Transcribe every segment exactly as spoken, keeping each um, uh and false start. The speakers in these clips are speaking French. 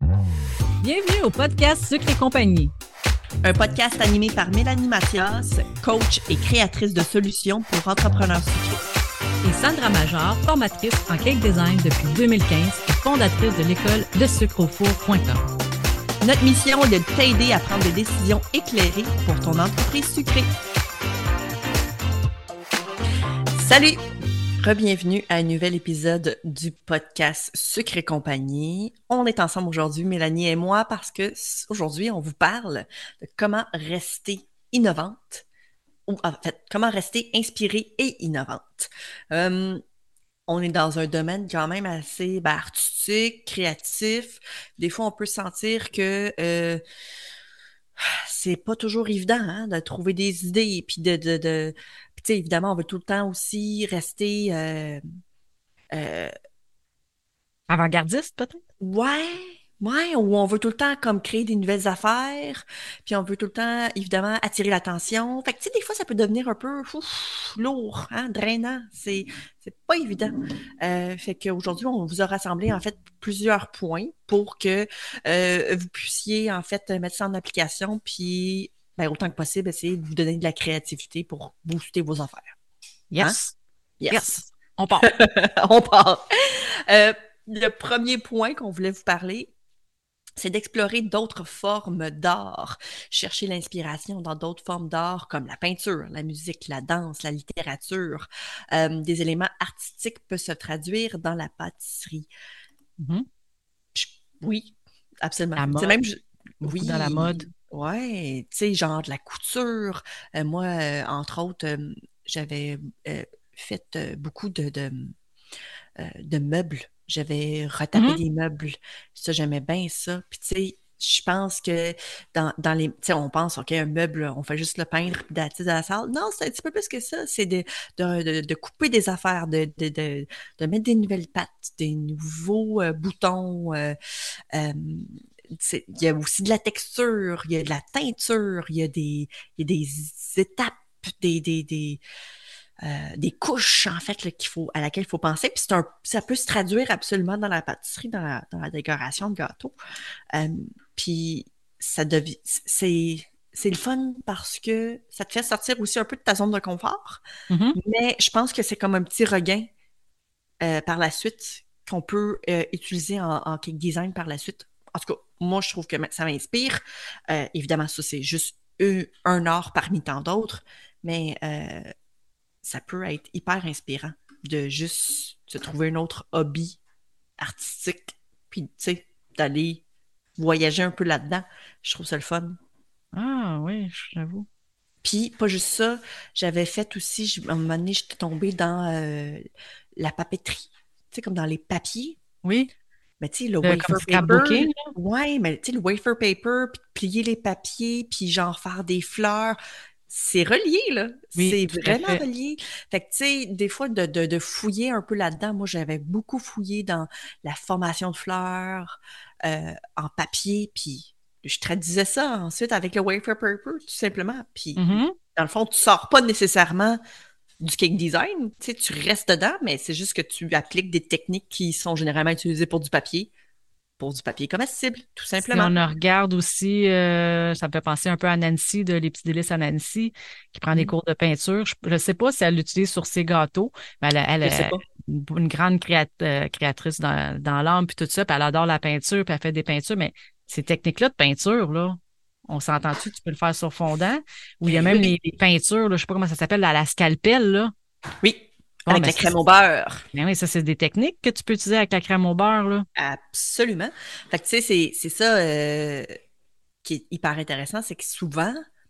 Bienvenue au podcast Sucre et compagnie. Un podcast animé par Mélanie Mathias, coach et créatrice de solutions pour entrepreneurs sucrés. Et Sandra Major, formatrice en cake design depuis deux mille quinze et fondatrice de l'école de sucre au four point com. Notre mission est de t'aider à prendre des décisions éclairées pour ton entreprise sucrée. Salut! Re-bienvenue à un nouvel épisode du podcast Sucre et compagnie. On est ensemble aujourd'hui, Mélanie et moi, parce que aujourd'hui, on vous parle de comment rester innovante, ou en fait, comment rester inspirée et innovante. Euh, on est dans un domaine quand même assez ben, artistique, créatif. Des fois, on peut sentir que euh, c'est pas toujours évident hein, de trouver des idées, puis de, de, de... Puis, tu sais, évidemment, on veut tout le temps aussi rester euh, euh, Avant-gardiste, peut-être? ouais, ouais, où on veut tout le temps comme créer des nouvelles affaires, puis on veut tout le temps, évidemment, attirer l'attention. Fait que, tu sais, des fois, ça peut devenir un peu ouf, lourd, hein, drainant. C'est, c'est pas évident. Euh, fait qu'aujourd'hui, on vous a rassemblé, en fait, plusieurs points pour que euh, vous puissiez, en fait, mettre ça en application, puis, ben, autant que possible, essayer de vous donner de la créativité pour booster vos affaires. Hein? Yes. Yes. Yes. On part. On part. Euh, le premier point qu'on voulait vous parler, c'est d'explorer d'autres formes d'art. Chercher l'inspiration dans d'autres formes d'art comme la peinture, la musique, la danse, la littérature. Euh, des éléments artistiques peuvent se traduire dans la pâtisserie. Mm-hmm. Je- oui, absolument. La C'est mode. même, je- Beaucoup oui, dans la mode. ouais, tu sais, genre de la couture. Euh, moi, euh, entre autres, euh, j'avais euh, fait euh, beaucoup de, de, euh, de meubles. J'avais retapé Mm-hmm. des meubles. Ça, j'aimais bien ça. Puis, tu sais, je pense que dans, dans les. Tu sais, on pense, OK, un meuble, on fait juste le peindre puis d'attitude à la salle. Non, c'est un petit peu plus que ça. C'est de, de, de, de couper des affaires, de, de, de, de mettre des nouvelles pattes, des nouveaux euh, boutons. Euh, euh, c'est- il y a aussi de la texture, il y a de la teinture, il y a des, il y a des étapes, des, des, des, euh, des couches, en fait, là, qu'il faut, à laquelle il faut penser. Puis c'est un, ça peut se traduire absolument dans la pâtisserie, dans la, dans la décoration de gâteau. Euh, puis ça devient, c'est, c'est le fun parce que ça te fait sortir aussi un peu de ta zone de confort. Mm-hmm. Mais je pense que c'est comme un petit regain euh, par la suite qu'on peut euh, utiliser en, en cake design par la suite. En tout cas, moi, je trouve que ça m'inspire. Euh, évidemment, ça, c'est juste un, un art parmi tant d'autres, mais euh, ça peut être hyper inspirant de juste se trouver un autre hobby artistique, puis, tu sais, d'aller voyager un peu là-dedans. Je trouve ça le fun. Ah oui, j'avoue. Puis, pas juste ça, j'avais fait aussi, je- à un moment donné, j'étais tombée dans euh, la papeterie, tu sais, comme dans les papiers. Oui. Mais tu sais, le Le, comme wafer paper, scrapbooking, là. ouais, mais tu sais, le wafer paper, puis plier les papiers, puis genre faire des fleurs, c'est relié, là. Oui, C'est tout à vraiment fait. relié. Fait que tu sais, des fois, de, de, de fouiller un peu là-dedans, moi, j'avais beaucoup fouillé dans la formation de fleurs euh, en papier, puis je traduisais ça ensuite avec le wafer paper, tout simplement. Puis, Mm-hmm. dans le fond, tu sors pas nécessairement du cake design, tu sais, tu restes dedans, mais c'est juste que tu appliques des techniques qui sont généralement utilisées pour du papier, pour du papier comestible, tout Si simplement. on regarde aussi, euh, ça me fait penser un peu à Nancy, de Les Petits Délices à Nancy, qui prend des Mm. cours de peinture. Je ne sais pas si elle l'utilise sur ses gâteaux, mais elle, elle Je sais est pas. une, une grande créat- euh, créatrice dans, dans l'âme, puis tout ça, puis elle adore la peinture, puis elle fait des peintures, mais ces techniques-là de peinture, là, on s'entend-tu, tu peux le faire sur fondant, ou il y a Ben même les, oui, les peintures, là, je sais pas comment ça s'appelle, à la scalpel, là. oui, Bon, avec mais la ça, crème c'est- au beurre. ben oui, ça, c'est des techniques que tu peux utiliser avec la crème au beurre, là. Absolument. Fait que tu sais, c'est c'est ça euh, qui est hyper intéressant, c'est que souvent,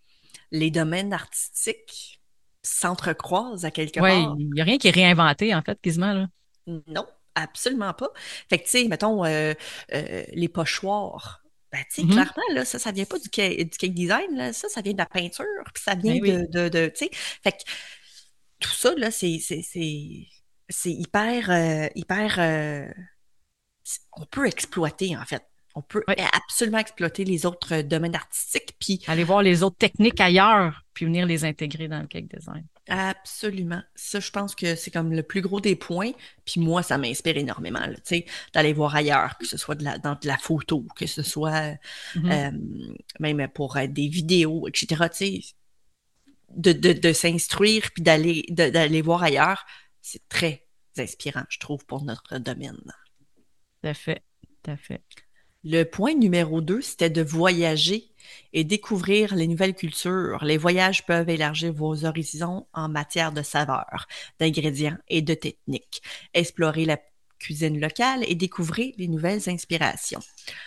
les domaines artistiques s'entrecroisent à quelque Ouais, part. il n'y a rien qui est réinventé, en fait, quasiment, là. Non, absolument pas. Fait que, tu sais, mettons, euh, euh, les pochoirs. Ben, tu sais, Mhm. clairement, là, ça, ça vient pas du cake, du cake design, là. Ça, ça vient de la peinture, puis ça vient Ben oui. de, de, de, tu sais. Fait que tout ça, là, c'est, c'est, c'est, c'est hyper, euh, hyper, euh, c'est- on peut exploiter, en fait. On peut Ouais. absolument exploiter les autres euh, domaines artistiques, puis Aller voir les autres techniques ailleurs, puis venir les intégrer dans le cake design. Absolument. Ça, je pense que c'est comme le plus gros des points. Puis moi, ça m'inspire énormément, là, tu sais, d'aller voir ailleurs, que ce soit de la, dans de la photo, que ce soit Mhm. euh, même pour euh, des vidéos, et cetera. Tu sais, de, de, de s'instruire puis d'aller de- d'aller voir ailleurs, c'est très inspirant, je trouve, pour notre domaine. Tout à fait. Tout à fait. Le point numéro deux, c'était de voyager et découvrir les nouvelles cultures. Les voyages peuvent élargir vos horizons en matière de saveurs, d'ingrédients et de techniques. Explorer la cuisine locale et découvrir les nouvelles inspirations.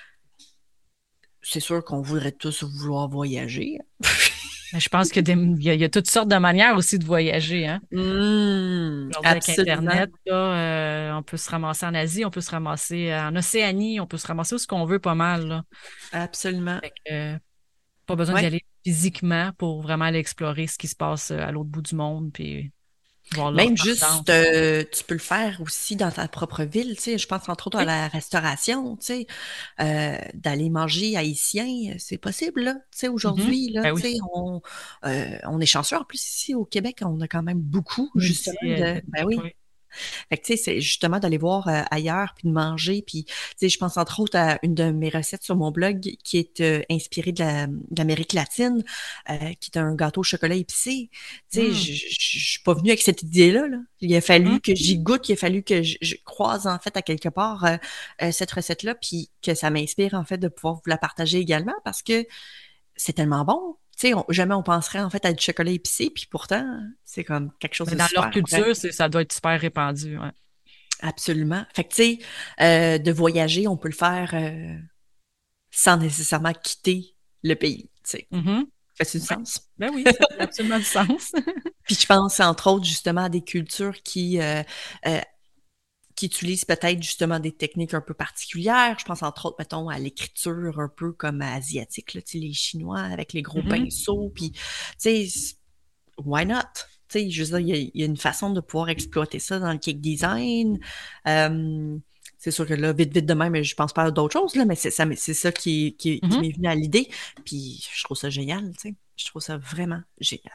C'est sûr qu'on voudrait tous vouloir voyager. Mais je pense que des- il y a, il y a toutes sortes de manières aussi de voyager, hein. Mmh, Aujourd'hui, avec absolument, Internet, là, euh, on peut se ramasser en Asie, on peut se ramasser en Océanie, on peut se ramasser où ce qu'on veut pas mal, là. absolument. Fait que, euh, pas besoin d'y Ouais. aller physiquement pour vraiment aller explorer ce qui se passe euh, à l'autre bout du monde, puis voir l'autre Même juste, tendance. euh, tu peux le faire aussi dans ta propre ville, tu sais. Je pense entre autres à Oui. la restauration, tu sais, euh, d'aller manger haïtien, c'est possible, là. Tu sais, Mhm. aujourd'hui, là, Ben tu oui. sais, on, euh, on est chanceux. En plus, ici au Québec, on a quand même beaucoup, justement, Multi, euh, de, ben oui, oui. fait que, tu sais, c'est justement d'aller voir euh, ailleurs, puis de manger. Puis, tu sais, je pense entre autres à une de mes recettes sur mon blog qui est euh, inspirée de la- de l'Amérique latine, euh, qui est un gâteau au chocolat épicé. Tu sais, Mm. je je- je suis pas venue avec cette idée-là, là. Il a Mhm. fallu que j'y goûte, il a fallu que je, je croise, en fait, à quelque part euh, euh, cette recette-là, puis que ça m'inspire, en fait, de pouvoir vous la partager également parce que c'est tellement bon. Tu sais, on- jamais on penserait, en fait, à du chocolat épicé, puis pourtant, c'est comme quelque chose Mais de dans leur super vrai. culture, c'est, ça doit être super répandu. Ouais. Absolument. Fait que, tu sais, euh, de voyager, on peut le faire euh, sans nécessairement quitter le pays, tu sais. Mhm. Fait-tu du Ouais. sens? Ben oui, ça fait absolument du sens. Puis je pense, entre autres, justement, à des cultures qui, euh, euh, qui utilisent peut-être justement des techniques un peu particulières. Je pense, entre autres, mettons, à l'écriture un peu comme asiatique, là, tu sais, les Chinois avec les gros Mhm. pinceaux. Puis, tu sais, why not? Tu sais, je veux dire, il y, a, il y a une façon de pouvoir exploiter ça dans le cake design. Euh, c'est sûr que là, vite, vite de même, je pense pas à d'autres choses, là, mais c'est ça, mais c'est ça qui, qui, qui Mhm. m'est venu à l'idée. Puis je trouve ça génial, tu sais. Je trouve ça vraiment génial.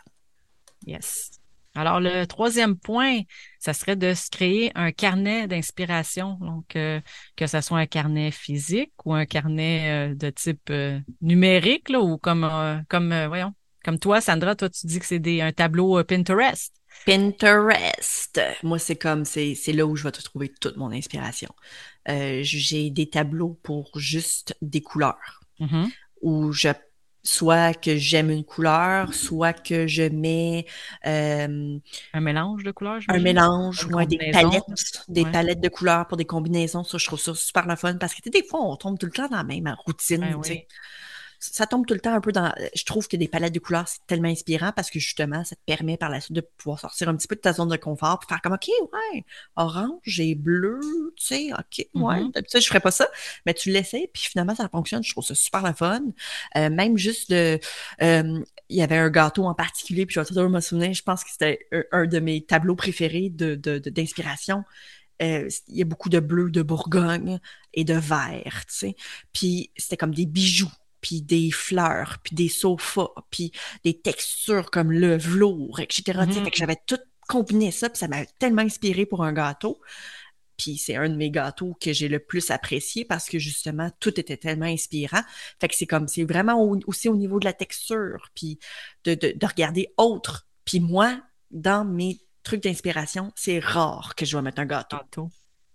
Yes. Alors, le troisième point, ça serait de se créer un carnet d'inspiration. Donc, euh, que ce soit un carnet physique ou un carnet euh, de type euh, numérique, là, ou comme, euh, comme euh, voyons, comme toi, Sandra, toi, tu dis que c'est des, un tableau euh, Pinterest. Pinterest. Moi, c'est comme, c'est, c'est là où je vais te trouver toute mon inspiration. Euh, j'ai des tableaux pour juste des couleurs. Mhm. Où je soit que j'aime une couleur, soit que je mets euh, Un mélange de couleurs, un j'imagine. mélange, Une ouais, des combinaison. palettes, des Ouais. palettes de couleurs pour des combinaisons. Ça, je trouve ça super le fun parce que tu sais, des fois, on tombe tout le temps dans la même Ben routine, tu sais. oui. Ça tombe tout le temps un peu dans. Je trouve que des palettes de couleurs, c'est tellement inspirant parce que justement, ça te permet par la suite de pouvoir sortir un petit peu de ta zone de confort puis faire comme OK, ouais, orange et bleu, tu sais, OK, ouais. Mhm. D'habitude, je ferais pas ça, mais tu l'essaies puis finalement, ça fonctionne. Je trouve ça super le fun. Euh, même juste de. euh, il y avait un gâteau en particulier, puis je vais toujours me souvenir, je pense que c'était un, un de mes tableaux préférés de, de, de- d'inspiration. Euh, il y a beaucoup de bleu de Bourgogne et de vert, tu sais. Puis c'était comme des bijoux, puis des fleurs, puis des sofas, puis des textures comme le velours, et cetera. Tu sais, fait que Mhm. j'avais tout combiné ça, puis ça m'a tellement inspiré pour un gâteau. Puis c'est un de mes gâteaux que j'ai le plus apprécié parce que justement, tout était tellement inspirant. Fait que c'est comme, c'est vraiment au- aussi au niveau de la texture, puis de, de, de regarder autre. Puis moi, dans mes trucs d'inspiration, c'est rare que je vais mettre un gâteau. Tantôt.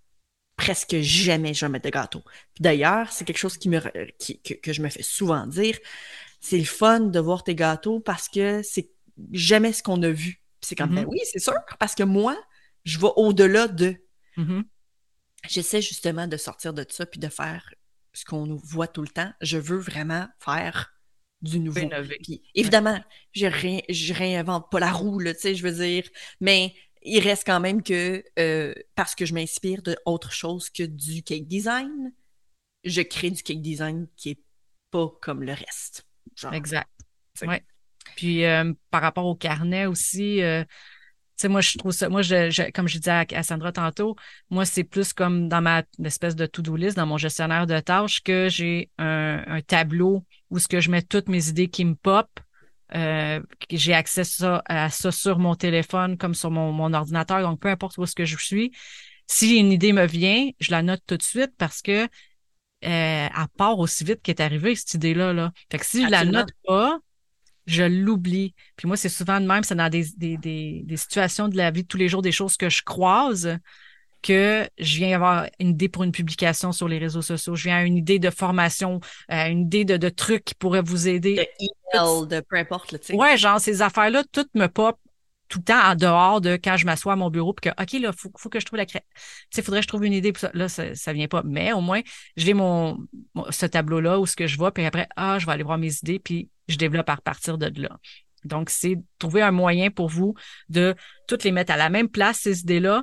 Presque jamais je vais mettre de gâteau. Puis d'ailleurs, c'est quelque chose qui me, qui- que, que je me fais souvent dire. C'est le fun de voir tes gâteaux parce que c'est jamais ce qu'on a vu. Puis c'est comme, ben Mhm. oui, c'est sûr, parce que moi, je vais au-delà de. Mhm. J'essaie justement de sortir de ça puis de faire ce qu'on nous voit tout le temps. Je veux vraiment faire du Faut nouveau. innover. Puis Ouais. évidemment, je, ré, je réinvente pas la roue, là, tu sais, je veux dire, mais il reste quand même que euh, parce que je m'inspire de autre chose que du cake design, je crée du cake design qui est pas comme le reste. Genre, Exact. tu sais. Ouais. Puis euh, par rapport au carnet aussi, euh, tu sais, moi, je trouve ça, moi, je, je- comme je disais à, à Sandra tantôt, moi, c'est plus comme dans ma espèce de to-do list, dans mon gestionnaire de tâches, que j'ai un, un tableau où ce que je mets toutes mes idées qui me pop. Euh, j'ai accès ça, à ça sur mon téléphone comme sur mon, mon ordinateur. Donc, peu importe où est-ce que je suis, si une idée me vient, je la note tout de suite parce que euh, elle part aussi vite qu'elle est arrivée, cette idée-là, là. Fait que si je la Absolument. note pas, je l'oublie. Puis moi, c'est souvent de même, c'est dans des, des, des, des situations de la vie de tous les jours, des choses que je croise, que je viens avoir une idée pour une publication sur les réseaux sociaux, je viens avoir une idée de formation, euh, une idée de, de trucs qui pourraient vous De aider. Toutes- email, de peu importe, là, tu sais. ouais, genre ces affaires-là, toutes me pop tout le temps en dehors de quand je m'assois à mon bureau puis que, OK, là, faut, faut que je trouve la cré... Tu sais, faudrait que je trouve une idée pour ça. Là, ça, ça vient pas. Mais au moins, j'ai mon, mon- ce tableau-là où ce que je vois, puis après, ah, je vais aller voir mes idées, puis je développe à partir de là. Donc, c'est trouver un moyen pour vous de toutes les mettre à la même place, ces idées-là,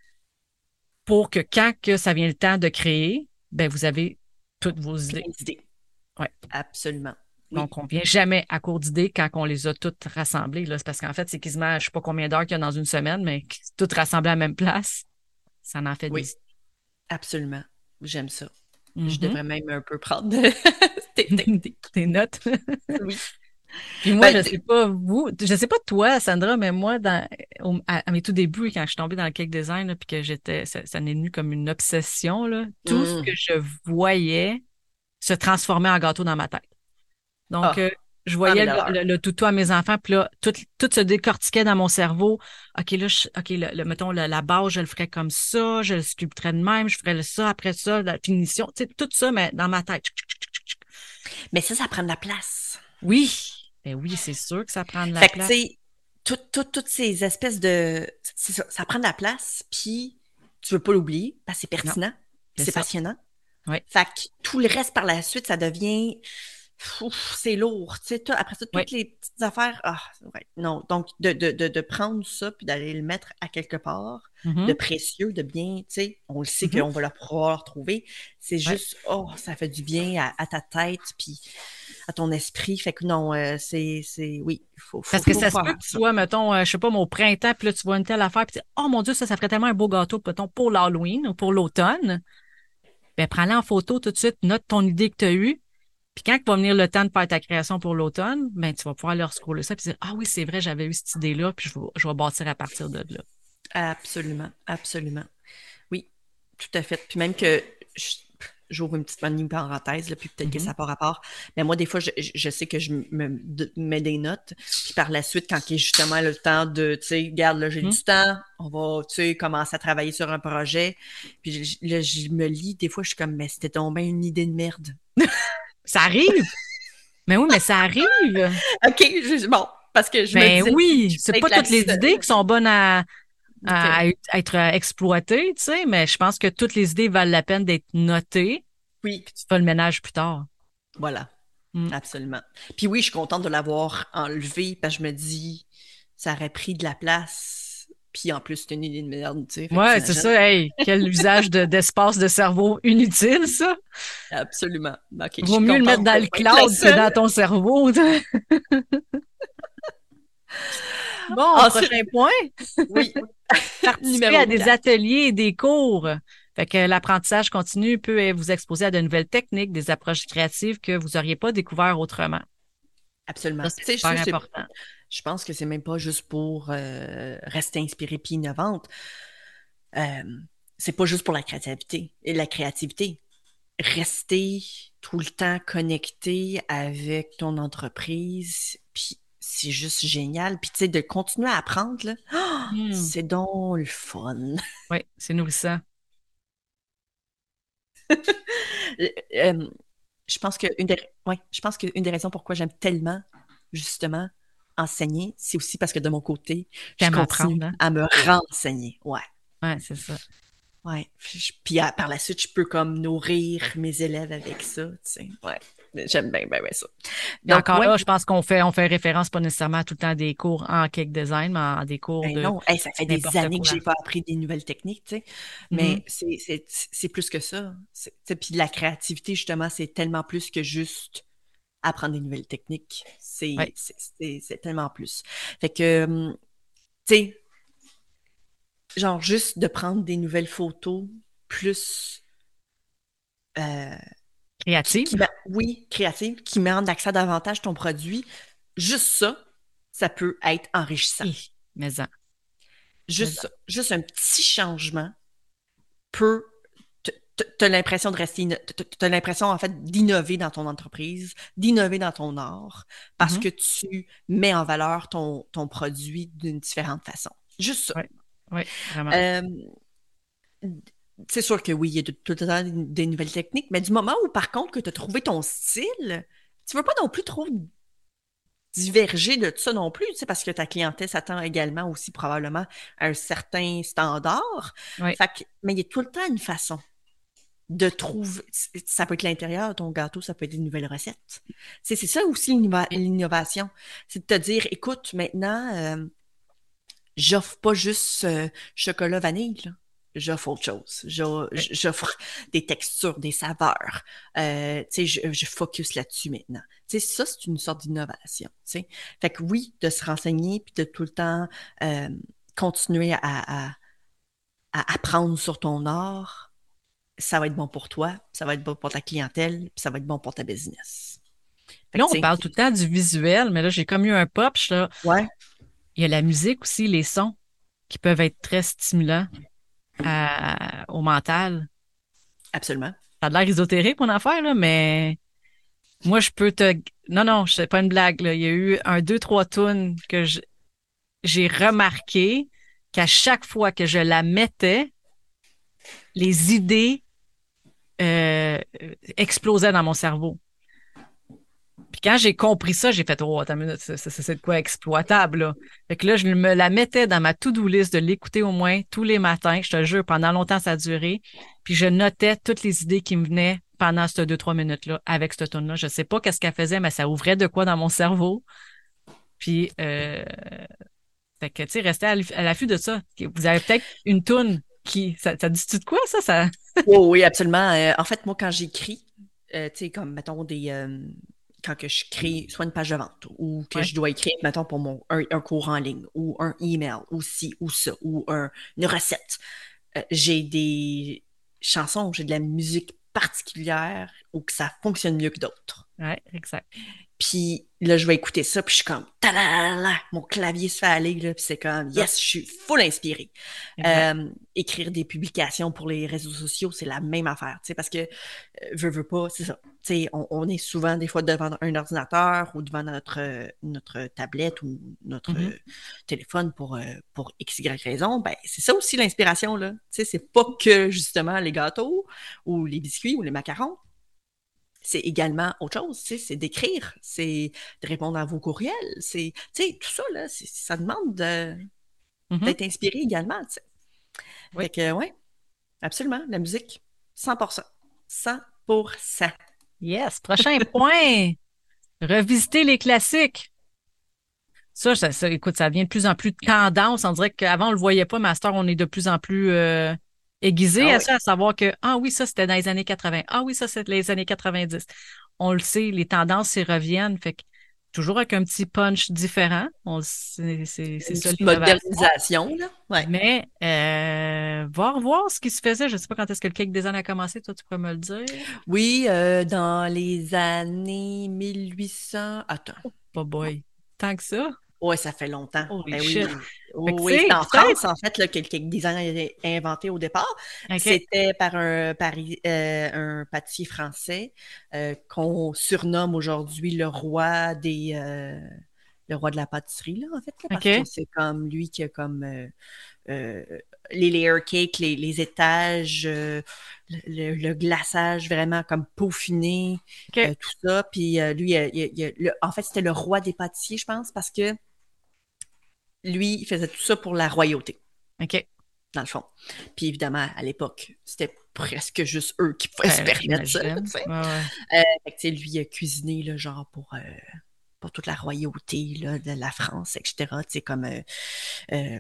pour que quand que ça vient le temps de créer, ben vous avez toutes vos idées. Plein d'idées. Ouais. Absolument. Oui. Donc, on vient jamais à court d'idées quand on les a toutes rassemblées. Là. C'est parce qu'en fait, c'est quasiment, je sais pas combien d'heures qu'il y a dans une semaine, mais toutes rassemblées à la même place, ça en fait des Oui. Absolument. J'aime ça. Je idées. devrais même un peu prendre de- tes techniques. Tes notes. Oui. Puis moi, Ben, je sais t- pas vous, je sais pas toi, Sandra, mais moi, dans, au- à, à mes tout débuts, quand je suis tombée dans le cake design, là, puis que j'étais, ça, ça m'est venu comme une obsession, là, tout ce que mm. je voyais se transformait en gâteau dans ma tête. Donc, Ah, euh, je cent voyais mille le, dollars. le, le toutou à mes enfants, puis là, tout, tout se décortiquait dans mon cerveau. OK, là, je- OK, le, le- mettons, le- la base, je le ferais comme ça, je le sculpterais de même, je ferais le ça, après ça, la finition, tu sais, tout ça, mais dans ma tête. Tchic, tchic, tchic, tchic. Mais ça, ça prend de la place. Oui, ben oui, c'est sûr que ça prend de la Fait que, tu place. sais, tout- tout- toutes ces espèces de... c'est ça, ça prend de la place, puis tu veux pas l'oublier, parce que c'est Non, pertinent, puis c'est c'est ça. passionnant. Oui, Fait que tout le reste par la suite, ça devient... Ouf, c'est lourd, tu sais, tout- après ça, oui. toutes les petites affaires, ah, ouais, non, donc de, de, de, de prendre ça, puis d'aller le mettre à quelque part, de Mhm, précieux, de bien, tu sais, on le sait mhm, qu'on va le pouvoir le retrouver, c'est ouais. juste, oh, ça fait du bien à, à ta tête, puis à ton esprit, fait que non, euh, c'est, c'est, oui, il faut, faut, Parce que faut ça se peut faire que tu ça. sois, mettons, euh, je sais pas, moi, au printemps, puis là, tu vois une telle affaire, puis tu dis, oh mon Dieu, ça, ça ferait tellement un beau gâteau, mettons, pour l'Halloween ou pour l'automne. Ben, prends-la en photo tout de suite, note ton idée que tu as eue. Puis quand il va venir le temps de faire ta création pour l'automne, ben, tu vas pouvoir leur scroller ça puis dire, ah oui, c'est vrai, j'avais eu cette idée-là, puis je vais, je vais bâtir à partir de là. Absolument, absolument. Oui, tout à fait. Puis même que je- j'ouvre une petite mini parenthèse, là, puis peut-être que ça Mhm, n'a pas rapport. Mais moi, des fois, je, je sais que je me de- mets des notes. Puis par la suite, quand il est justement le temps de, tu sais, regarde, là, j'ai mhm. du temps, on va, tu sais, commencer à travailler sur un projet. Puis je- là, je me lis, des fois, je suis comme, mais c'était donc bien une idée de merde. Ça arrive! Mais oui, mais ça arrive! OK, je- bon, parce que je me Ben disais, je oui, suis c'est peut-être pas la toutes les idées seule. qui sont bonnes à, OK. à être euh, exploitées, tu sais, mais je pense que toutes les idées valent la peine d'être notées, Oui, puis tu fais le ménage plus tard. voilà. Mm. Absolument. Puis oui, je suis contente de l'avoir enlevé parce que je me dis, ça aurait pris de la place. Puis en plus, c'est une idée de merde, tu sais. Fait que Ouais, c'est t'imagines. ça. Hey, quel usage de, d'espace de cerveau inutile, ça. Absolument. OK, je Vaut suis mieux le mettre contente dans de le pas être la cloud que seule. dans ton cerveau. Bon, Ensuite, prochain point. oui, Participer numéro à des quatre. ateliers et des cours. Fait que l'apprentissage continu peut vous exposer à de nouvelles techniques, des approches créatives que vous n'auriez pas découvert autrement. Absolument. Ça, c'est Tu sais, super ça, c'est, important. je pense que c'est même pas juste pour euh, rester inspirée puis innovante. Euh, c'est pas juste pour la créativité. Et la créativité. Rester tout le temps connecté avec ton entreprise, puis c'est juste génial. Puis tu sais, de continuer à apprendre, là, oh, Hmm. c'est donc le fun. Oui, c'est nourrissant. Euh, euh, je pense que une des, ouais, je pense qu'une des raisons pourquoi j'aime tellement, justement, enseigner, c'est aussi parce que de mon côté, je T'aimes apprendre, continue hein? à me renseigner. Ouais. Ouais, c'est ça. Ouais. Puis, puis à- par la suite, je peux comme nourrir mes élèves avec ça, tu sais. Ouais. J'aime bien, bien, bien ça. Puis Donc, encore ouais, là, je pense qu'on fait, on fait référence pas nécessairement à tout le temps à des cours en cake design, mais à des cours ben de non, hey, ça fait des n'importe années que quoi. j'ai pas appris des nouvelles techniques, tu sais. Mhm. Mais c'est c'est- c'est plus que ça. C'est- tu sais, puis la créativité, justement, c'est tellement plus que juste apprendre des nouvelles techniques. C'est Ouais, c'est- c'est- c'est tellement plus. Fait que, hum, tu sais, genre juste de prendre des nouvelles photos plus, euh, qui, créative. qui m'a- oui, créatives, qui me rendent accès à davantage ton produit, Juste ça, ça peut être enrichissant. Hi, mais en, mais Juste en. ça. Juste un petit changement peut tu as l'impression de rester, tu as l'impression en fait d'innover dans ton entreprise, d'innover dans ton art, parce Mhm. que tu mets en valeur ton, ton produit d'une différente façon. Juste ça. Ouais, ouais, vraiment. Euh, c'est sûr que oui, il y a tout le temps des nouvelles techniques, mais du moment où par contre que tu as trouvé ton style, tu veux pas non plus trop diverger de ça non plus, tu sais, parce que ta clientèle s'attend également aussi probablement à un certain standard. Ouais. Fait que, mais il y a tout le temps une façon de trouver, ça peut être l'intérieur de ton gâteau, ça peut être une nouvelle recette. C'est c'est ça aussi l'innova- l'innovation. C'est de te dire, écoute, maintenant, euh, j'offre pas juste euh, chocolat vanille, là. J'offre autre chose. J'o- Ouais. J'offre des textures, des saveurs. Euh, tu sais, je, je focus là-dessus maintenant. Tu sais, ça, c'est une sorte d'innovation. Tu sais. Fait que oui, de se renseigner puis de tout le temps euh, continuer à, à, à apprendre sur ton art, ça va être bon pour toi, ça va être bon pour ta clientèle, puis ça va être bon pour ta business. Fait Là, que, on tu sais, parle tout le temps du visuel, mais là, j'ai comme eu un pop. Je suis là, ouais, il y a la musique aussi, les sons qui peuvent être très stimulants à- au mental. absolument. Ça a l'air ésotérique, mon affaire, là, mais moi, je peux te... Non, non, c'est pas une blague, là. Il y a eu un, deux, trois tunes que je- j'ai remarqué qu'à chaque fois que je la mettais, les idées euh, explosaient dans mon cerveau. Puis quand j'ai compris ça, j'ai fait, oh, attends une minute, ça, ça, ça, c'est de quoi exploitable, là. Fait que là, je me la mettais dans ma to-do list de l'écouter au moins tous les matins. Je te jure, pendant longtemps, ça a duré. Puis je notais toutes les idées qui me venaient pendant ces deux, trois minutes-là avec cette tune-là. Je sais pas qu'est-ce qu'elle faisait, mais ça ouvrait de quoi dans mon cerveau. Puis, euh, fait que, tu sais, restez à l'aff- à l'affût de ça. Vous avez peut-être une tune qui, ça, ça dit-tu de quoi, ça? Ça... Oh, oui, absolument. Euh, en fait, moi, quand j'écris, euh, tu sais, comme, mettons, des... euh, quand que je crée soit une page de vente ou que Ouais. je dois écrire, mettons, pour mon, un, un cours en ligne ou un email ou ci ou ça ou un- une recette, euh, j'ai des chansons, j'ai de la musique particulière ou que ça fonctionne mieux que d'autres. Ouais, exact. Puis là, je vais écouter ça, puis je suis comme, ta-da-da-da, mon clavier se fait aller, là, puis c'est comme, Ça, yes, je suis full inspirée. exact. Euh, écrire des publications pour les réseaux sociaux, c'est la même affaire, tu sais, parce que, euh, veux, veux pas, c'est ça. Tu sais, on, on est souvent des fois devant un ordinateur ou devant notre, euh, notre tablette ou notre Mhm. euh, téléphone pour, euh, pour X, Y raison. Ben, c'est ça aussi l'inspiration, là. Tu sais, c'est pas que justement les gâteaux ou les biscuits ou les macarons, c'est également autre chose, tu sais, c'est d'écrire, c'est de répondre à vos courriels, c'est, tu sais, tout ça, là, c'est- ça demande de- Mhm. d'être inspiré également, tu sais. Fait Oui. que, ouais, absolument, la musique, cent pour cent. cent pour cent. Yes. Prochain point. Revisiter les classiques. Ça, ça, ça, écoute, ça devient de plus en plus tendance. On dirait qu'avant, on le voyait pas, mais à cette heure, on est de plus en plus euh, aiguisé Ah à oui, ça, à savoir que, ah oui, ça, c'était dans les années quatre-vingts. Ah oui, ça, c'était les années quatre-vingt-dix. On le sait, les tendances y reviennent. Fait que toujours avec un petit punch différent. On, le sait, c'est c'est une ça petite l'innovation. modernisation, là, ouais. Mais euh, voir, voir ce qui se faisait. Je sais pas quand est-ce que le cake design a commencé. Toi, tu pourrais me le dire. Oui, euh, dans les années mille huit cents, attends, Pas boy. Tant que ça. ouais, ça fait longtemps. Holy Ben oui, shit. Fait que, tu oui, sais, c'était en peut-être. France, en fait, là, que le cake design a été inventé au départ. OK. C'était par un, pari- euh, un pâtissier français euh, qu'on surnomme aujourd'hui le roi des, euh, le roi de la pâtisserie, là, en fait, là, parce que OK. c'est comme lui qui a comme euh, euh, les layer cakes, les, les étages, euh, le, le glaçage vraiment comme peaufiné, OK. euh, tout ça. Puis euh, lui, il il il le- en fait, c'était le roi des pâtissiers, je pense, parce que lui, il faisait tout ça pour la royauté, OK. dans le fond. Puis évidemment, à l'époque, c'était presque juste eux qui pouvaient se Ben, permettre ça, là, tu j'imagine. sais. Ouais, ouais. Euh, fait que, tu sais, lui, il a cuisiné, là, genre, pour, euh, pour toute la royauté, là, de la France, et cetera. Tu sais, comme euh, euh,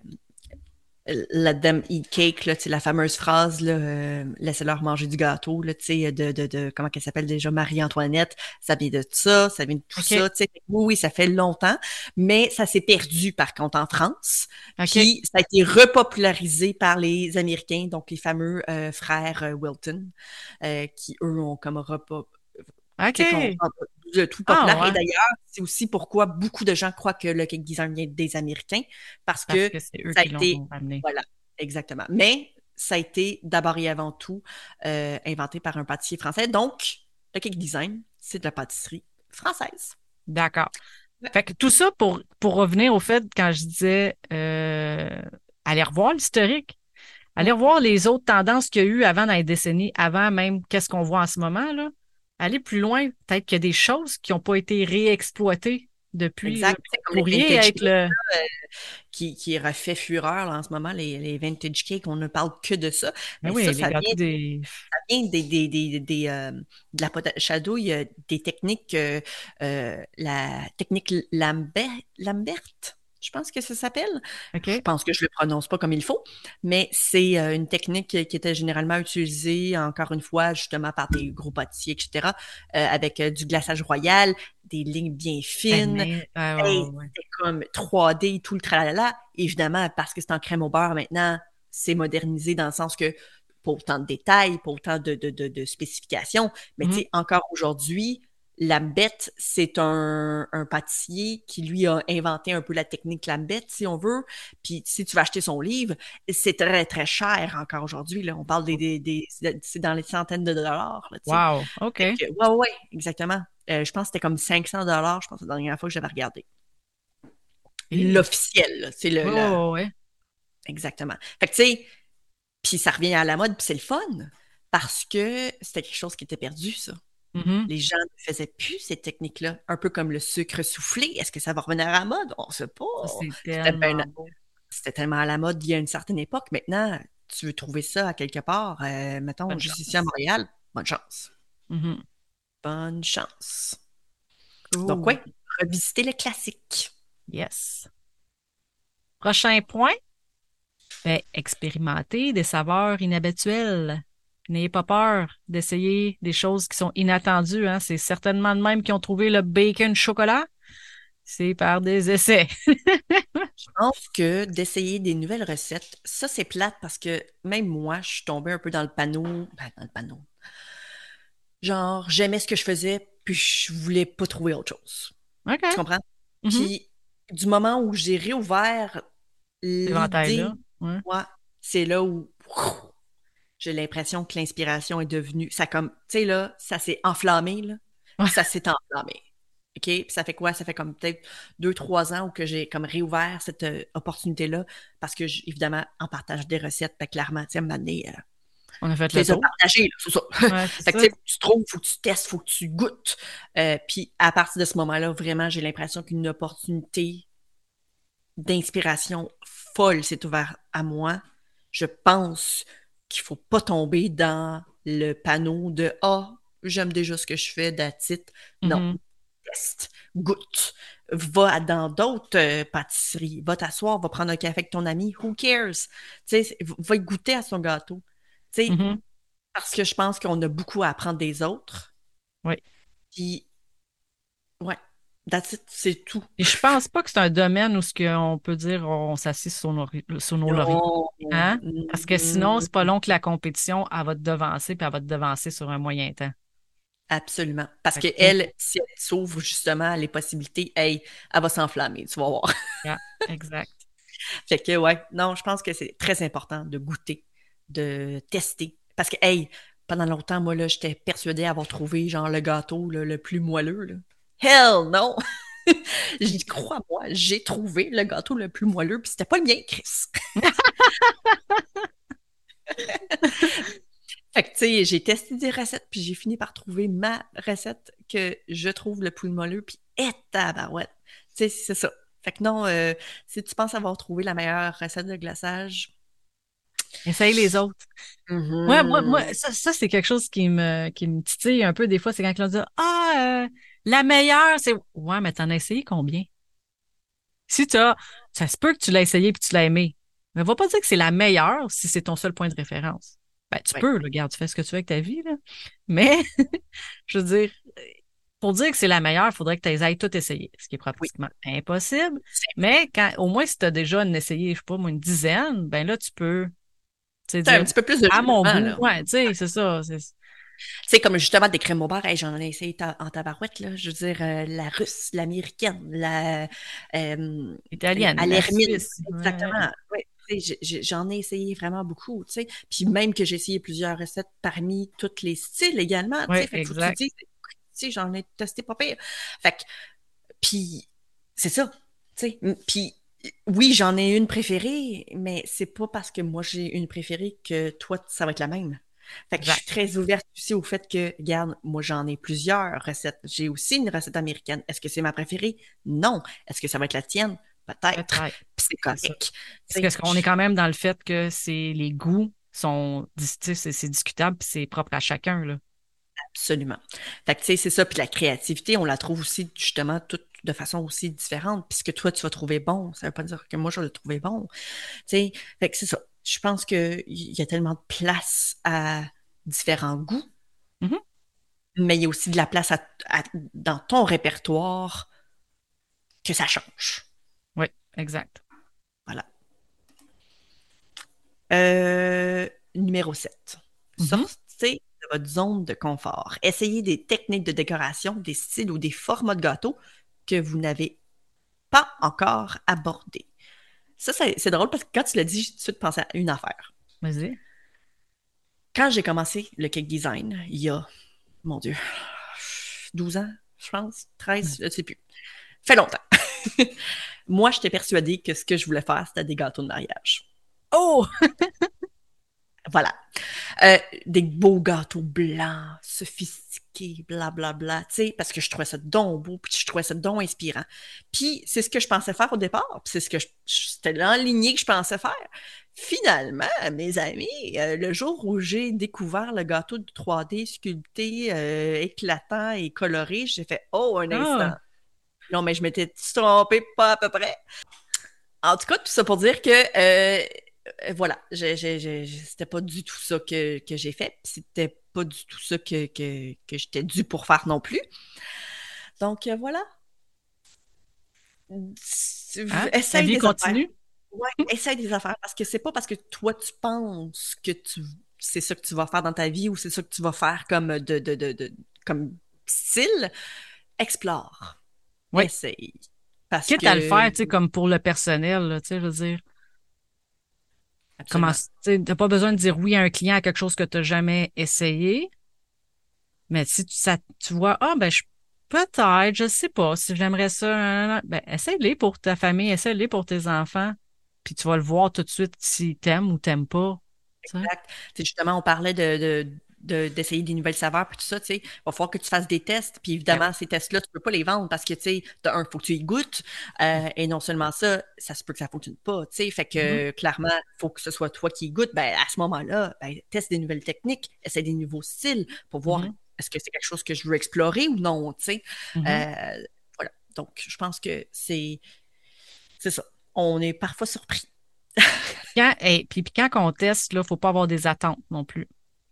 la dame eat cake, là, tu sais, la fameuse phrase, là, euh, laissez-leur manger du gâteau, là, tu sais, de, de, de, comment qu'elle s'appelle déjà, Marie-Antoinette, ça vient de ça, ça vient de tout OK. ça, tu sais. Oui, oui, ça fait longtemps, mais ça s'est perdu, par contre, en France. OK. Puis, ça a été repopularisé par les Américains, donc les fameux euh, frères euh, Wilton, euh, qui, eux, ont comme repo... tu sais, qu'on- OK. le tout Ah populaire. Et ouais, d'ailleurs, c'est aussi pourquoi beaucoup de gens croient que le cake design vient des Américains, parce parce que que c'est eux ça a qui l'ont été, ramené. voilà, exactement. Mais ça a été d'abord et avant tout euh, inventé par un pâtissier français. Donc, le cake design, c'est de la pâtisserie française. D'accord. Ouais. Fait que tout ça pour, pour revenir au fait, quand je disais euh, aller revoir l'historique, aller Mm. revoir les autres tendances qu'il y a eu avant dans les décennies, avant même qu'est-ce qu'on voit en ce moment, là. Aller plus loin, peut-être qu'il y a des choses qui n'ont pas été réexploitées depuis. Là. Exact. Puis C'est vous comme les pourriez vintage être cakes le. euh, qui, qui refait fureur là, en ce moment, les, les vintage cakes, on ne parle que de ça. Ben Mais ça, oui, les ça vient gâteaux des. bien des, des, des, des, euh, de la potato shadow. Il y a des techniques, euh, euh, la technique Lambert, Lambert, je pense que ça s'appelle. Je OK? pense que je le prononce pas comme il faut, mais c'est euh, une technique qui était généralement utilisée, encore une fois, justement par des gros pâtissiers, et cetera, euh, avec euh, du glaçage royal, des lignes bien Ben, fines. mais, ouais, ouais, Hey, ouais, ouais. c'était comme trois D, tout le tralala. Évidemment, parce que c'est en crème au beurre maintenant, c'est modernisé dans le sens que pas autant de détails, pas autant de, de, de, de spécifications. Mais tu Mhm, sais, encore aujourd'hui, Lambette, c'est un, un pâtissier qui, lui, a inventé un peu la technique Lambette, si on veut. Puis, si tu vas acheter son livre, c'est très, très cher encore aujourd'hui. Là. On parle des, des, des c'est dans les centaines de dollars, là, tu sais. wow, Fait OK. que, ouais, ouais, ouais, exactement. Euh, je pense que c'était comme cinq cents dollars, je pense, la dernière fois que j'avais regardé. Et, L'officiel, là, c'est le, ouais, le, ouais, ouais. exactement. Fait que, tu sais, puis ça revient à la mode, puis c'est le fun, parce que c'était quelque chose qui était perdu, ça. Mhm. Les gens ne faisaient plus ces techniques-là, un peu comme le sucre soufflé. Est-ce que ça va revenir à la mode? On ne sait pas. Ça, c'est C'était ben- tellement beau. c'était tellement à la mode il y a une certaine époque. Maintenant, tu veux trouver ça à quelque part, euh, mettons, Bonne juste ici à chance. Montréal, bonne chance. Mhm. Bonne chance. Donc, Cool. oui, revisiter le classique. Yes. Prochain point. Ben, expérimenter des saveurs inhabituelles. N'ayez pas peur d'essayer des choses qui sont inattendues, hein. C'est certainement de même qui ont trouvé le bacon chocolat. C'est par des essais. Je pense que d'essayer des nouvelles recettes, ça, c'est plate parce que même moi, je suis tombée un peu dans le panneau, ben, dans le panneau. Genre, j'aimais ce que je faisais, puis je voulais pas trouver autre chose. OK. Tu comprends? Mhm. Puis, du moment où j'ai réouvert Éventail-là. l'idée, Ouais. moi, c'est là où ouf, j'ai l'impression que l'inspiration est devenue, ça comme, tu sais, là, ça s'est enflammé, là, Ouais. puis ça s'est enflammé. OK? Puis ça fait quoi? Ça fait comme peut-être deux, trois ans où que j'ai comme réouvert cette euh, opportunité-là, parce que, j- évidemment, en partage des recettes, ben, clairement, tu sais, à un moment donné, euh, On a fait tu le les as tour. partagées, là, c'est ça. Ouais, c'est Fait que, ça. tu sais, faut que tu trouves, faut que tu testes, faut que tu goûtes. Euh, puis à partir de ce moment-là, vraiment, j'ai l'impression qu'une opportunité d'inspiration folle s'est ouverte à moi. Je pense qu'il faut pas tomber dans le panneau de Ah, j'aime déjà ce que je fais, that's it. Non, Mhm. teste, goûte. Va dans d'autres euh, pâtisseries. Va t'asseoir, va prendre un café avec ton ami. Who cares? Tu sais, va y goûter à son gâteau. Tu sais, Mhm. parce que je pense qu'on a beaucoup à apprendre des autres. Oui. Puis, ouais, that's it, c'est tout. Et je pense pas que c'est un domaine où ce qu'on peut dire on s'assied sur nos, sur nos lauriers. Non. Hein? Parce que sinon, c'est pas Mm, long que la compétition, elle va te devancer, puis elle va te devancer sur un moyen temps. absolument. Parce Fait que que, tu sais, elle, si elle s'ouvre justement à les possibilités, hey, elle va s'enflammer, tu vas voir. yeah, exact. Fait que, ouais, non, je pense que c'est très important de goûter, de tester. Parce que, hey, pendant longtemps, moi, là, j'étais persuadée avoir trouvé, genre, le gâteau là, le plus moelleux, là. Hell non! J'y crois, moi, j'ai trouvé le gâteau le plus moelleux, puis c'était pas le mien, Chris. Fait que, tu sais, j'ai testé des recettes, puis j'ai fini par trouver ma recette que je trouve le plus moelleux, puis et tabarouette. Tu sais, c'est ça. Fait que non, euh, si tu penses avoir trouvé la meilleure recette de glaçage, Essaye les autres. Moi, moi, moi, mhm. ça, ça c'est quelque chose qui me, qui me titille un peu des fois, c'est quand on dit Ah, euh, la meilleure, c'est ouais, mais t'en as essayé combien? Si t'as, ça se peut que tu l'as essayé puis tu l'as aimé. Mais va pas dire que c'est la meilleure si c'est ton seul point de référence. Ben, tu Ouais, peux, là, regarde, tu fais ce que tu veux avec ta vie, là. Mais, je veux dire, pour dire que c'est la meilleure, il faudrait que tu les ailles toutes essayer, ce qui est oui. pratiquement impossible. C'est Mais quand, au moins, si tu as déjà une essayé, je sais pas, moi, une dizaine, ben là, tu peux, tu sais, un dire, petit peu plus de à mon jugement, goût, là. ouais, tu sais, c'est ça. c'est- C'est comme justement des crèmes au beurre, hey, j'en ai essayé ta- en tabarouette, là. Je veux dire, euh, la russe, l'américaine, la euh, Italienne, à la l'hermine. Suisse. Ouais, ouais. Exactement. Ouais, tu sais, j'ai- j'ai- j'en ai essayé vraiment beaucoup, tu sais. Puis même que j'ai essayé plusieurs recettes parmi tous les styles également, tu sais. Ouais, Fait qu'il faut que tu te exact. dises, tu sais, j'en ai testé pas pire. Fait que, puis c'est ça, tu sais. M- Puis oui, j'en ai une préférée, mais c'est pas parce que moi j'ai une préférée que toi, ça va être la même. Fait que je suis Exact. très ouverte aussi au fait que, regarde, moi j'en ai plusieurs recettes. J'ai aussi une recette américaine. Est-ce que c'est ma préférée? Non. Est-ce que ça va être la tienne? Peut-être. Peut-être. Puis c'est C'est ça. correct. Tu Parce sais, qu'on est je- quand même dans le fait que c'est les goûts sont, dis- tu sais, c'est c'est discutable puis c'est propre à chacun, là. absolument. Fait que tu sais, c'est ça. Puis la créativité, on la trouve aussi justement toute de façon aussi différente. Puis ce que toi, tu vas trouver bon, ça veut pas dire que moi, je vais le trouver bon. Tu sais, fait que c'est ça. Je pense qu'il y a tellement de place à différents goûts, Mhm. mais il y a aussi de la place à- à- dans ton répertoire que ça change. Oui, exact. Voilà. Euh, numéro sept. Mhm. Sortez de votre zone de confort. Essayez des techniques de décoration, des styles ou des formats de gâteaux que vous n'avez pas encore abordés. Ça, c'est c'est drôle parce que quand tu l'as dit, j'ai tout de suite pensé à une affaire. Vas-y. Quand j'ai commencé le cake design, il y a, mon Dieu, douze ans, je pense, treize, je ne sais plus. Fait longtemps. Moi, j'étais persuadée que ce que je voulais faire, c'était des gâteaux de mariage. Oh! Voilà. Euh, des beaux gâteaux blancs, sophistiqués, blablabla, tu sais, parce que je trouvais ça donc beau, puis je trouvais ça donc inspirant. Puis c'est ce que je pensais faire au départ, puis c'est ce que je, c'était l'enligné que je pensais faire. Finalement, mes amis, euh, le jour où j'ai découvert le gâteau de trois D sculpté, euh, éclatant et coloré, j'ai fait « Oh, un instant! » Ah! Non, mais je m'étais trompée pas à peu près. En tout cas, tout ça pour dire que euh, euh, voilà, j'ai- j'ai- j'ai- c'était pas du tout ça que, que j'ai fait. Puis c'était pas du tout ça que, que, que j'étais due pour faire non plus. Donc euh, voilà. Hein? La Essaye vie des affaires. continue? Ouais, essaye des affaires parce que c'est pas parce que toi tu penses que tu c'est ça que tu vas faire dans ta vie ou c'est ça que tu vas faire comme de, de, de, de- comme style. Explore. Oui. Essaye. Parce Quitte à le que faire, tu sais, comme pour le personnel, là, tu sais, je veux dire, comment, absolument. tu sais, t'as pas besoin de dire oui à un client à quelque chose que tu n'as jamais essayé, mais si tu, ça, tu vois, ah, ben, je, peut-être, je sais pas, si j'aimerais ça, nan, nan, nan, ben, essaye-les pour ta famille, essaye-les pour tes enfants, puis tu vas le voir tout de suite si t'aimes ou t'aimes pas, tu sais. Exact. Tu sais, justement, on parlait de, de- de- d'essayer des nouvelles saveurs puis tout ça, tu sais. Il va falloir que tu fasses des tests. Puis Ben oui. évidemment, ces tests-là, tu peux pas les vendre parce que, tu sais, de un, il faut que tu y goûtes. Euh, et non seulement ça, ça se peut que ça fonctionne pas, tu sais. Fait Mhm, que, clairement, il faut que ce soit toi qui y goûtes. Ben, à ce moment-là, ben, teste des nouvelles techniques, essaie des nouveaux styles pour voir mhm, est-ce que c'est quelque chose que je veux explorer ou non, tu sais. mhm. Euh, voilà. Donc, je pense que c'est, c'est ça. On est parfois surpris. Quand, et puis, puis quand on teste, là, faut pas avoir des attentes non plus.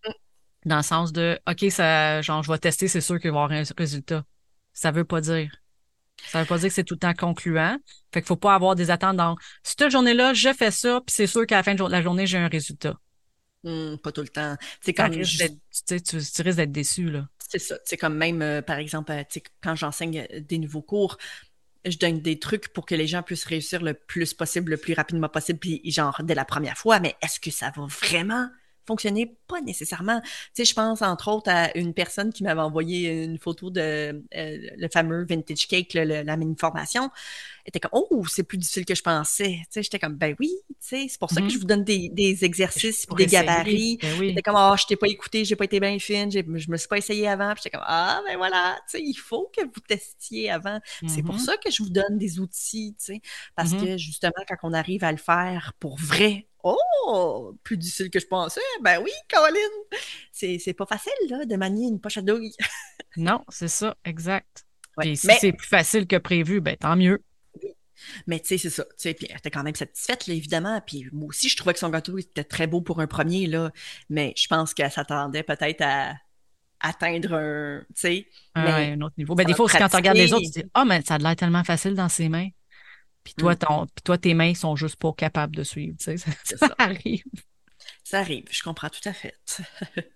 Dans le sens de, OK, ça, genre, je vais tester, c'est sûr qu'il va y avoir un résultat. Ça veut pas dire. Ça veut pas dire que c'est tout le temps concluant. Fait qu'il faut pas avoir des attentes dans, cette journée-là, je fais ça, puis c'est sûr qu'à la fin de jour- la journée, j'ai un résultat. Hmm, pas tout le temps. C'est Ça comme risque juste d'être, tu sais, tu, tu risques d'être déçu, là. c'est ça. C'est comme même, euh, par exemple, euh, tu sais, quand j'enseigne euh, des nouveaux cours, je donne des trucs pour que les gens puissent réussir le plus possible, le plus rapidement possible, puis genre dès la première fois. Mais est-ce que ça va vraiment fonctionner? Pas nécessairement. Tu sais, je pense entre autres à une personne qui m'avait envoyé une photo de euh, le fameux vintage cake, là, le- la mini-formation. Elle était comme, oh, c'est plus difficile que je pensais. Tu sais, j'étais comme, ben oui, tu sais, c'est pour ça que je Mhm. vous donne des, des exercices puis Pour des essayer. gabarits. Ben Elle était oui. comme, oh, je t'ai pas écouté, j'ai pas été bien fine, j'ai- je me suis pas essayé avant. Puis j'étais comme, ah, ben voilà, tu sais, il faut que vous testiez avant. C'est pour Mhm. ça que je vous donne des outils, tu sais, parce Mhm. que justement, quand on arrive à le faire pour vrai, oh, plus difficile que je pensais, ben oui, Caroline, c'est c'est pas facile, là, de manier une poche à douille. Non, c'est ça, exact. Ouais. Puis si Mais c'est plus facile que prévu, ben tant mieux. Mais tu sais, c'est ça. Tu sais, puis elle était quand même satisfaite, là, évidemment. Puis moi aussi, je trouvais que son gâteau était très beau pour un premier, là. Mais je pense qu'elle s'attendait peut-être à atteindre un, tu sais, Ah ouais, mais un autre niveau. Ben, ça des va fois aussi, quand tu regardes les autres, pratiquer. tu dis, ah, mais ça a l'air tellement facile dans ses mains. Puis toi, Hum, ton, puis toi, tes mains sont juste pas capables de suivre. Tu sais, ça, c'est ça ça. arrive. Ça arrive, je comprends tout à fait.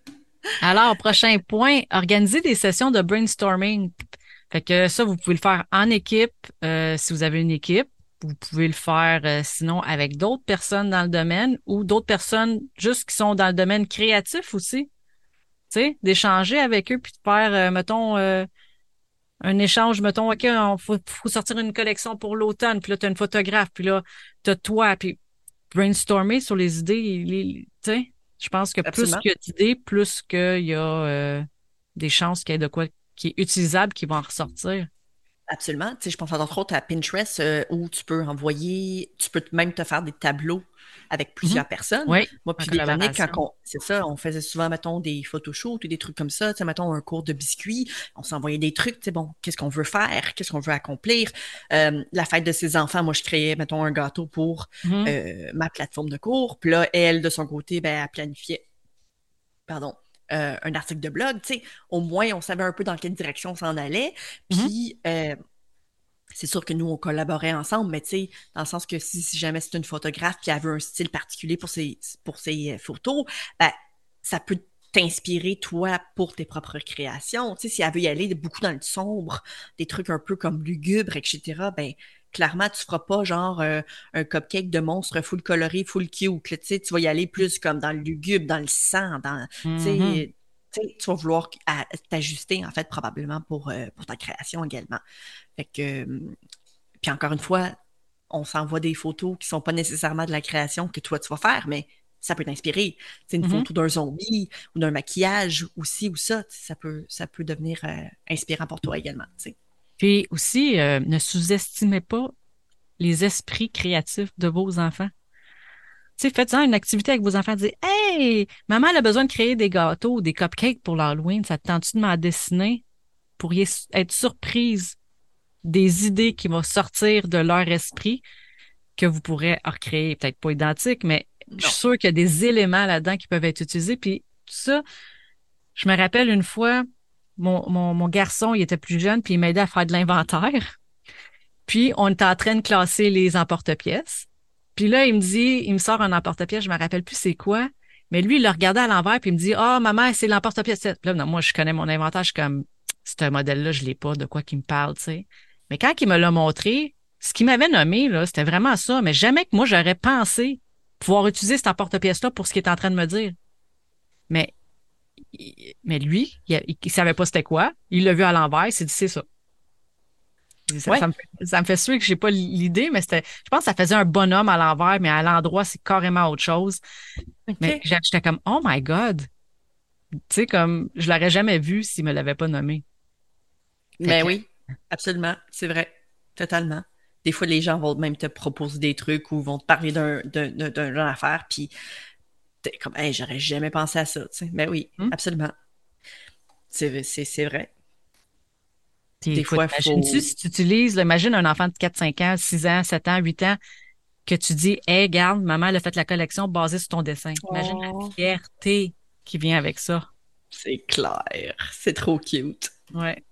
Alors, prochain point, organiser des sessions de brainstorming. Fait que ça, vous pouvez le faire en équipe, euh, si vous avez une équipe. Vous pouvez le faire euh, sinon avec d'autres personnes dans le domaine ou d'autres personnes juste qui sont dans le domaine créatif aussi. Tu sais, d'échanger avec eux puis de faire, euh, mettons, euh, un échange, mettons, OK, il faut, faut sortir une collection pour l'automne, puis là, tu as une photographe, puis là, tu as toi, puis brainstormer sur les idées, les- tu sais, je pense que plus Absolument. qu'il y a d'idées, plus qu'il y a euh, des chances qu'il y ait de quoi qui est utilisable qui va en ressortir. Absolument. Tu sais, je pense entre autres à Pinterest euh, où tu peux envoyer, tu peux même te faire des tableaux avec Mhm. plusieurs personnes. Oui, Moi, en puis des années, quand collaboration. on, c'est ça, on faisait souvent, mettons, des photoshoots ou des trucs comme ça, tu sais, mettons, un cours de biscuits, on s'envoyait des trucs, tu sais, bon, qu'est-ce qu'on veut faire, qu'est-ce qu'on veut accomplir. Euh, la fête de ses enfants, moi, je créais, mettons, un gâteau pour Mhm, euh, ma plateforme de cours. Puis là, elle, de son côté, ben, elle planifiait, pardon, euh, un article de blog, tu sais, au moins, on savait un peu dans quelle direction on s'en allait. mhm, Puis, euh, c'est sûr que nous, on collaborait ensemble, mais tu sais, dans le sens que si, si jamais c'est une photographe qui avait un style particulier pour ses, pour ses euh, photos, ben, ça peut t'inspirer, toi, pour tes propres créations. Tu sais, si elle veut y aller beaucoup dans le sombre, des trucs un peu comme lugubres, et cetera, ben, clairement, tu feras pas genre euh, un cupcake de monstre full coloré, full cute. Là, tu sais, tu vas y aller plus comme dans le lugubre, dans le sang, dans, tu mhm, sais, tu sais, tu vas vouloir à- t'ajuster, en fait, probablement pour, euh, pour ta création également. Fait que, euh, puis encore une fois, on s'envoie des photos qui sont pas nécessairement de la création que toi tu vas faire, mais ça peut t'inspirer. C'est une mhm. photo d'un zombie ou d'un maquillage ou ci ou ça, ça peut, ça peut devenir euh, inspirant pour toi également. Tu sais. Puis aussi, euh, ne sous-estimez pas les esprits créatifs de vos enfants. Tu sais, faites-en une activité avec vos enfants. Dites, hey, maman elle a besoin de créer des gâteaux, des cupcakes pour l'Halloween. Ça te tente-tu de m'en dessiner? Vous pourriez s- être surprise des idées qui vont sortir de leur esprit que vous pourrez recréer. Peut-être pas identiques, mais je suis Non. sûre qu'il y a des éléments là-dedans qui peuvent être utilisés. Puis tout ça, je me rappelle une fois, mon, mon, mon garçon, il était plus jeune, puis il m'aidait à faire de l'inventaire. Puis, on était en train de classer les emporte-pièces. Puis là, il me dit, il me sort un emporte-pièce, je me rappelle plus c'est quoi. Mais lui, il le regardait à l'envers, puis il me dit, ah, maman, c'est l'emporte-pièce. Puis là, non, moi, je connais mon inventaire, je suis comme, ce modèle-là, je l'ai pas, de quoi qu'il me parle, tu sais. Mais quand il me l'a montré, ce qu'il m'avait nommé, là, c'était vraiment ça. Mais jamais que moi, j'aurais pensé pouvoir utiliser cet emporte-pièce-là pour ce qu'il est en train de me dire. Mais, il- mais lui, il, il, il savait pas c'était quoi. Il l'a vu à l'envers, il s'est dit, c'est ça. Ça, Ouais. ça me fait, ça me fait suer que j'ai pas l'idée, mais c'était, je pense que ça faisait un bonhomme à l'envers, mais à l'endroit, c'est carrément autre chose. Mais OK. j'a- j'étais comme, oh my God! Tu sais, comme, je l'aurais jamais vu s'il me l'avait pas nommé. Fait Mais que, oui, absolument. C'est vrai. Totalement. Des fois, les gens vont même te proposer des trucs ou vont te parler d'un, d'un, d'un, d'un affaire, puis t'es comme, hey, j'aurais jamais pensé à ça. Tu sais. Mais oui, hmm? absolument. C'est, c'est, c'est vrai. Puis Des écoute, fois, il imagine-tu faut. si tu utilises, là, imagine un enfant de quatre cinq ans, six ans, sept ans, huit ans, que tu dis, hey, garde, maman, elle a fait la collection basée sur ton dessin. Imagine la Oh. fierté qui vient avec ça. C'est clair. C'est trop cute. Ouais.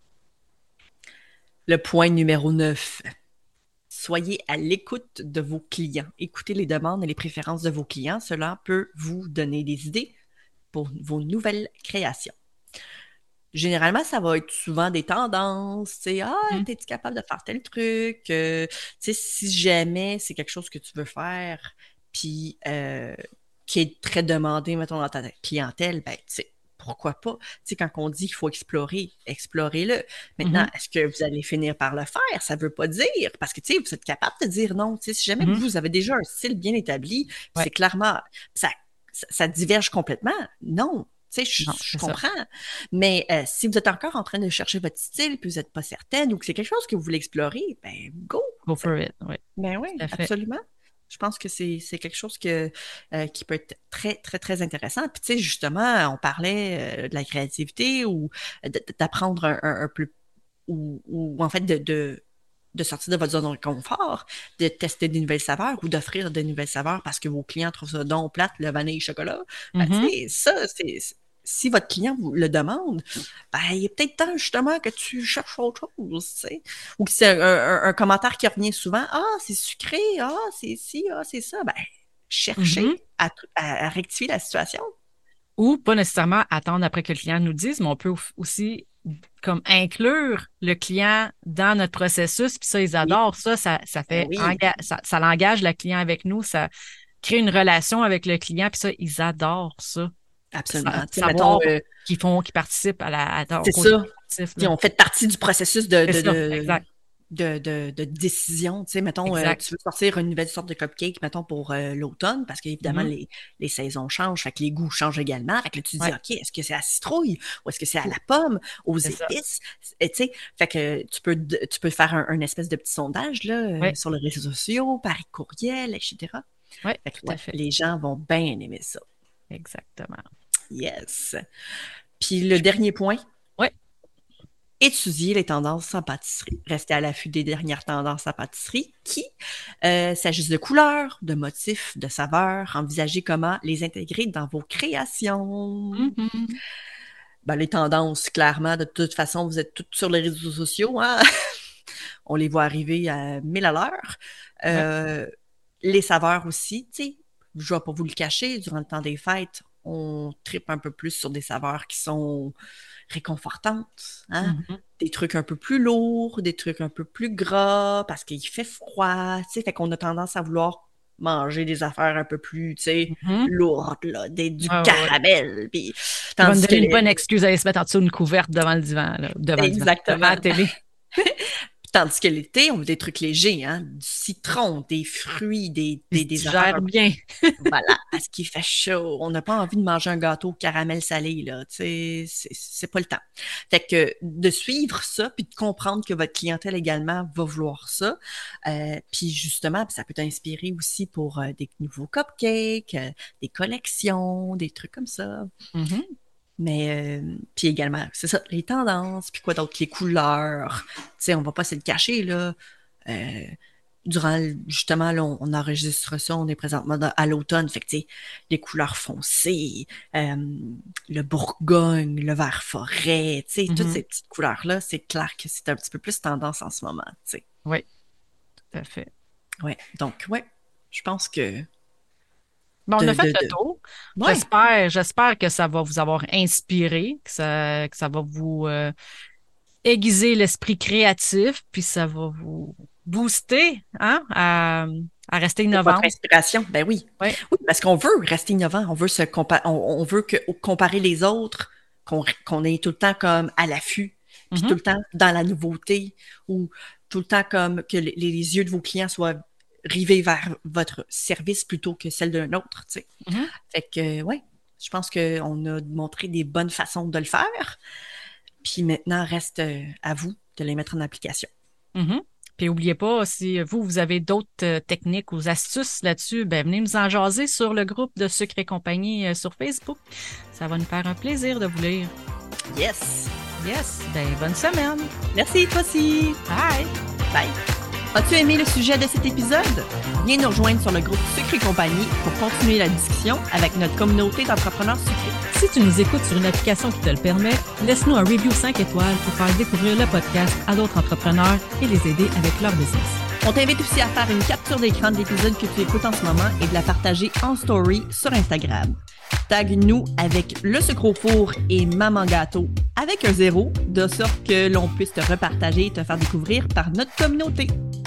Le point numéro neuf. Soyez à l'écoute de vos clients. Écoutez les demandes et les préférences de vos clients. Cela peut vous donner des idées pour vos nouvelles créations. Généralement, ça va être souvent des tendances, tu sais, ah, Mhm. es-tu capable de faire tel truc? Euh, tu sais, si jamais c'est quelque chose que tu veux faire, puis euh, qui est très demandé, mettons, dans ta clientèle, ben, tu sais, pourquoi pas? Tu sais, quand on dit qu'il faut explorer, explorez-le. Maintenant, Mhm. est-ce que vous allez finir par le faire? Ça veut pas dire, parce que, tu sais, vous êtes capable de dire non. Tu sais, si jamais Mhm. vous avez déjà un style bien établi, puis Ouais. c'est clairement, ça, ça, ça diverge complètement, non. Tu sais, je, Non, je c'est ça. comprends. Mais euh, si vous êtes encore en train de chercher votre style, puis vous n'êtes pas certaine, ou que c'est quelque chose que vous voulez explorer, ben go! Go T'sais. for it. Oui, Ben tout oui, à fait. absolument. Je pense que c'est c'est quelque chose que, euh, qui peut être très, très, très intéressant. Puis, tu sais, justement, on parlait euh, de la créativité ou d- d'apprendre un, un- un peu, ou, ou en fait de, de, de sortir de votre zone de confort, de tester des nouvelles saveurs ou d'offrir de nouvelles saveurs parce que vos clients trouvent ça donc plate, le vanille chocolat. Ben, tu Mhm. sais, ça, c'est si votre client vous le demande, ben, il est peut-être temps justement que tu cherches autre chose, tu sais. Ou que c'est un, un- un commentaire qui revient souvent. Ah, c'est sucré, ah, c'est ci, ah, c'est ça. Ben, cherchez Mhm. à, à- à rectifier la situation. ou pas nécessairement attendre après que le client nous dise, mais on peut aussi comme inclure le client dans notre processus, puis ça, ils adorent oui. ça, ça, ça fait oui. enga- ça, ça l'engage le client avec nous, ça crée une relation avec le client, puis ça, ils adorent ça. Absolument. Sa- savoir mettons, euh, qu'ils font, qu'ils participent à la à, c'est ça. Ils ont fait partie du processus de, de, ça, de, exact. de, de, de décision. Tu sais, mettons, euh, tu veux sortir une nouvelle sorte de cupcake, mettons, pour euh, l'automne, parce qu'évidemment, mm-hmm. les, les saisons changent, fait que les goûts changent également. Fait que là, tu te dis, ouais. OK, est-ce que c'est à la citrouille ou est-ce que c'est à la pomme, aux c'est épices? Tu sais, fait que tu peux, tu peux faire un, un espèce de petit sondage, là, ouais. euh, sur les réseaux sociaux, par courriel, et cetera. Oui, fait que, tout à fait. Les gens vont bien aimer ça. Exactement. Yes. Puis le dernier point. Oui. Étudier les tendances en pâtisserie. Rester à l'affût des dernières tendances en pâtisserie qui euh, s'agissent de couleurs, de motifs, de saveurs. Envisager comment les intégrer dans vos créations. Mm-hmm. Ben, les tendances, clairement, de toute façon, vous êtes toutes sur les réseaux sociaux. Hein? On les voit arriver à mille à l'heure. Euh, ouais. Les saveurs aussi, tu sais, je ne vais pas vous le cacher, durant le temps des fêtes, on tripe un peu plus sur des saveurs qui sont réconfortantes, hein? Mm-hmm. Des trucs un peu plus lourds, des trucs un peu plus gras, parce qu'il fait froid, tu sais, fait qu'on a tendance à vouloir manger des affaires un peu plus, tu sais, mm-hmm. lourdes, là, des, du ah, caramel. Ouais. Puis, ça va me donner une les... bonne excuse à aller se mettre en dessous d'une couverte devant le divan, là, devant Exactement. Le divan, devant la télé. Tandis que l'été, on veut des trucs légers, hein, du citron, des fruits, des des, des affaires bien. Voilà, parce qu'il fait chaud. On n'a pas envie de manger un gâteau au caramel salé, là. Tu sais, c'est, c'est pas le temps. Fait que de suivre ça, puis de comprendre que votre clientèle également va vouloir ça. Euh, puis justement, ça peut t'inspirer aussi pour euh, des nouveaux cupcakes, euh, des collections, des trucs comme ça. Mm-hmm. Mais, euh, puis également, c'est ça, les tendances, puis quoi d'autre, les couleurs. Tu sais, on va pas se le cacher, là. Euh, durant, justement, là, on, on enregistre ça, on est présentement dans, à l'automne, fait que, tu sais, les couleurs foncées, euh, le bourgogne, le vert forêt, tu sais, mm-hmm. toutes ces petites couleurs-là, c'est clair que c'est un petit peu plus tendance en ce moment, tu sais. Oui, tout à fait. Ouais, donc, ouais, je pense que... Bon, on de, a fait de, le tour. De... Ouais. J'espère, j'espère que ça va vous avoir inspiré, que ça, que ça va vous euh, aiguiser l'esprit créatif, puis ça va vous booster hein, à, à rester innovant. Votre inspiration, ben oui. Ouais. Oui, parce qu'on veut rester innovant, on veut se compa- on, on veut que, comparer les autres, qu'on, qu'on est tout le temps comme à l'affût, puis mm-hmm. tout le temps dans la nouveauté, ou tout le temps comme que les, les yeux de vos clients soient rivés vers votre service plutôt que celle d'un autre, tu sais. Mm-hmm. Fait que, ouais, je pense qu'on a montré des bonnes façons de le faire. Puis maintenant, reste à vous de les mettre en application. Mm-hmm. Puis n'oubliez pas, si vous, vous avez d'autres euh, techniques ou astuces là-dessus, ben venez nous en jaser sur le groupe de Sucre et compagnie euh, sur Facebook. Ça va nous faire un plaisir de vous lire. Yes! Yes! Ben bonne semaine! Merci, toi aussi! Bye! Bye! As-tu aimé le sujet de cet épisode? Viens nous rejoindre sur le groupe Sucre et compagnie pour continuer la discussion avec notre communauté d'entrepreneurs sucrés. Si tu nous écoutes sur une application qui te le permet, laisse-nous un review cinq étoiles pour faire découvrir le podcast à d'autres entrepreneurs et les aider avec leur business. On t'invite aussi à faire une capture d'écran de l'épisode que tu écoutes en ce moment et de la partager en story sur Instagram. Tag-nous avec le sucre au four et Maman Gâteau avec un zéro, de sorte que l'on puisse te repartager et te faire découvrir par notre communauté.